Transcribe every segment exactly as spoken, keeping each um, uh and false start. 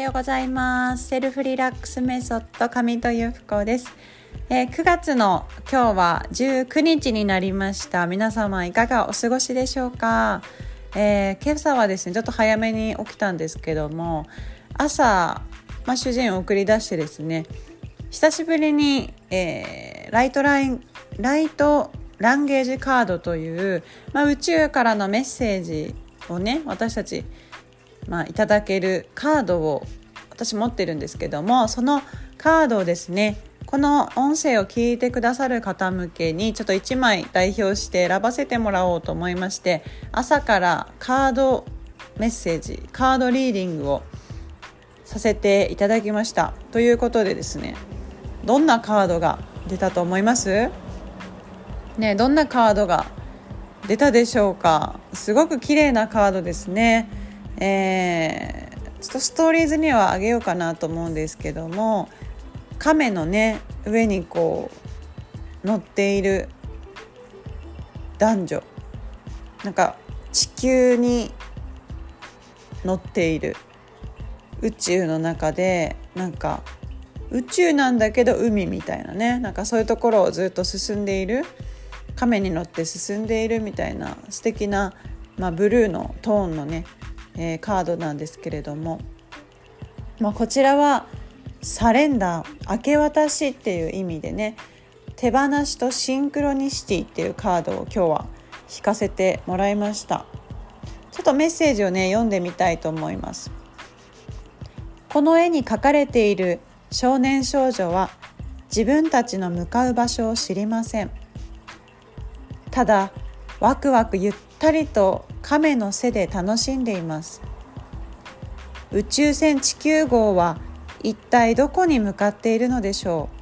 ようございます。セルフリラックスメソッド上戸由布子です。えー、くがつの今日はじゅうくにちになりました。皆様いかがお過ごしでしょうか。えー、今朝はですねちょっと早めに起きたんですけども、朝、まあ、主人を送り出してですね久しぶりに、えー、ライトラインライトランゲージカードという、まあ、宇宙からのメッセージをね私たち、まあ、いただけるカードを私持ってるんですけども、そのカードをですねこの音声を聞いてくださる方向けにちょっといちまい代表して選ばせてもらおうと思いまして、朝からカードメッセージカードリーディングをさせていただきました。ということでですね、どんなカードが出たと思いますね。どんなカードが出たでしょうか。すごく綺麗なカードですね。えー、ちょっとストーリーズにはあげようかなと思うんですけども、亀のね上にこう乗っている男女、なんか地球に乗っている宇宙の中で、なんか宇宙なんだけど海みたいなね、なんかそういうところをずっと進んでいる、亀に乗って進んでいるみたいな素敵な、まあ、ブルーのトーンのね、えー、カードなんですけれども、まあ、こちらはサレンダー、明け渡しっていう意味でね、手放しとシンクロニシティっていうカードを今日は引かせてもらいました。ちょっとメッセージをね読んでみたいと思います。この絵に描かれている少年少女は自分たちの向かう場所を知りません。ただワクワクゆったりと亀の背で楽しんでいます。宇宙船地球号は一体どこに向かっているのでしょ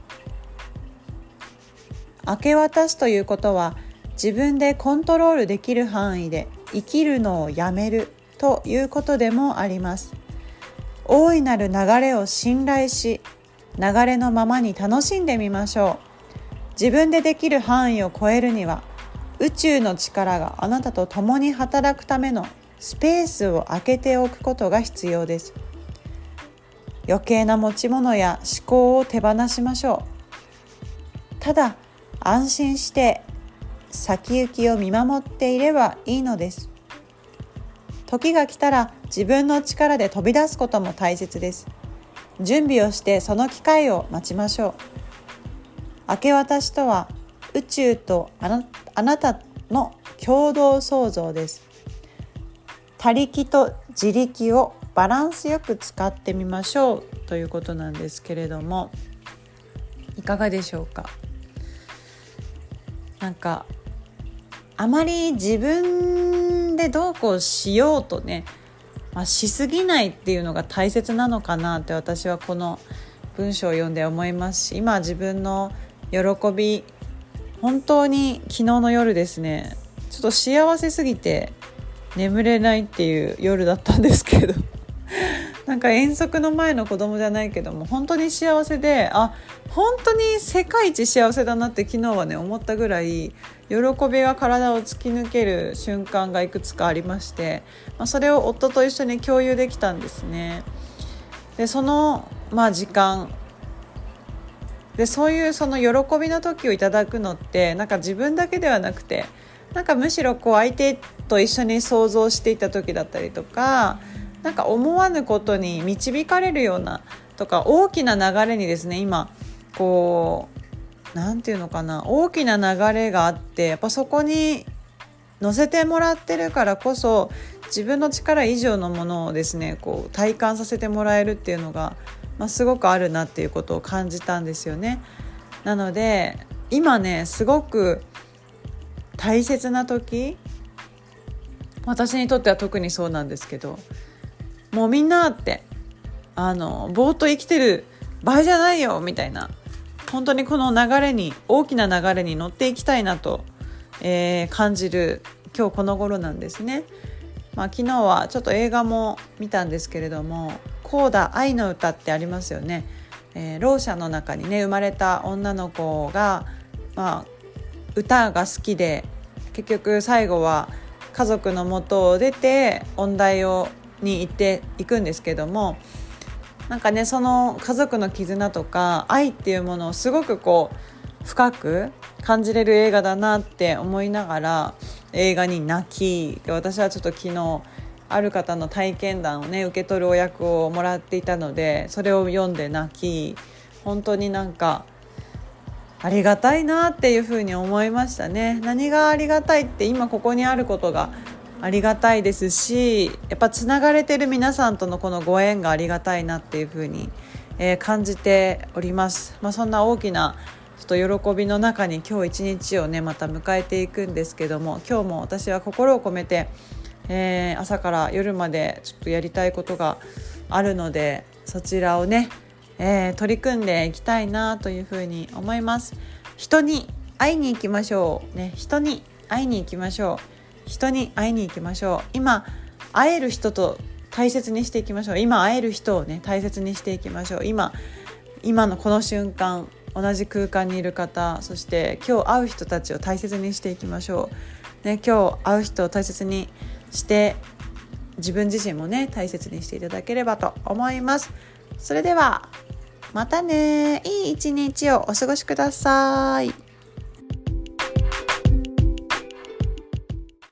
う。明け渡すということは自分でコントロールできる範囲で生きるのをやめるということでもあります。大いなる流れを信頼し、流れのままに楽しんでみましょう。自分でできる範囲を超えるには、宇宙の力があなたと共に働くためのスペースを空けておくことが必要です。余計な持ち物や思考を手放しましょう。ただ安心して先行きを見守っていればいいのです。時が来たら自分の力で飛び出すことも大切です。準備をしてその機会を待ちましょう。明け渡しとは宇宙とあな、あなたの共同創造です。他力と自力をバランスよく使ってみましょうということなんですけれども、いかがでしょうか。なんかあまり自分でどうこうしようとね、まあ、しすぎないっていうのが大切なのかなって私はこの文章を読んで思いますし、今自分の喜び、本当に昨日の夜ですね、ちょっと幸せすぎて眠れないっていう夜だったんですけどなんか遠足の前の子供じゃないけども本当に幸せで、あ、本当に世界一幸せだなって昨日はね思ったぐらい、喜びが体を突き抜ける瞬間がいくつかありまして、まあ、それを夫と一緒に共有できたんですね。でその、まあ、時間で、そういうその喜びの時をいただくのってなんか自分だけではなくて、なんかむしろこう相手と一緒に想像していた時だったりとか、なんか思わぬことに導かれるようなとか、大きな流れにですね、今こうなんていうのかな、大きな流れがあって、やっぱそこに乗せてもらってるからこそ自分の力以上のものをですねこう体感させてもらえるっていうのが、まあ、すごくあるなっていうことを感じたんですよね。なので今ねすごく大切な時、私にとっては特にそうなんですけど、もうみんなってあのぼーっと生きてる場合じゃないよみたいな、本当にこの流れに、大きな流れに乗っていきたいなと、えー、感じる今日この頃なんですね。まあ、昨日はちょっと映画も見たんですけれども、コーダ愛の歌ってありますよね。えー、ろう者の中にね生まれた女の子が、まあ、歌が好きで結局最後は家族の元を出て音大をに行っていくんですけども、 なんかね、その家族の絆とか愛っていうものをすごくこう深く感じれる映画だなって思いながら映画に泣き、で私はちょっと昨日ある方の体験談をね受け取るお役をもらっていたので、それを読んで泣き、本当になんかありがたいなっていうふうに思いましたね。何がありがたいって、今ここにあることがありがたいですし、やっぱつながれてる皆さんとのこのご縁がありがたいなっていうふうに、えー、感じております。まあ、そんな大きなちょっと喜びの中に今日一日をねまた迎えていくんですけども、今日も私は心を込めて、えー、朝から夜までちょっとやりたいことがあるので、そちらをね、えー、取り組んでいきたいなというふうに思います。人に会いに行きましょう、ね、人に会いに行きましょう人に会いに行きましょう。今会える人と大切にしていきましょう。今会える人をね大切にしていきましょう。今今のこの瞬間、同じ空間にいる方、そして今日会う人たちを大切にしていきましょう、ね、今日会う人を大切にして自分自身もね大切にしていただければと思います。それではまたね、いい一日をお過ごしください。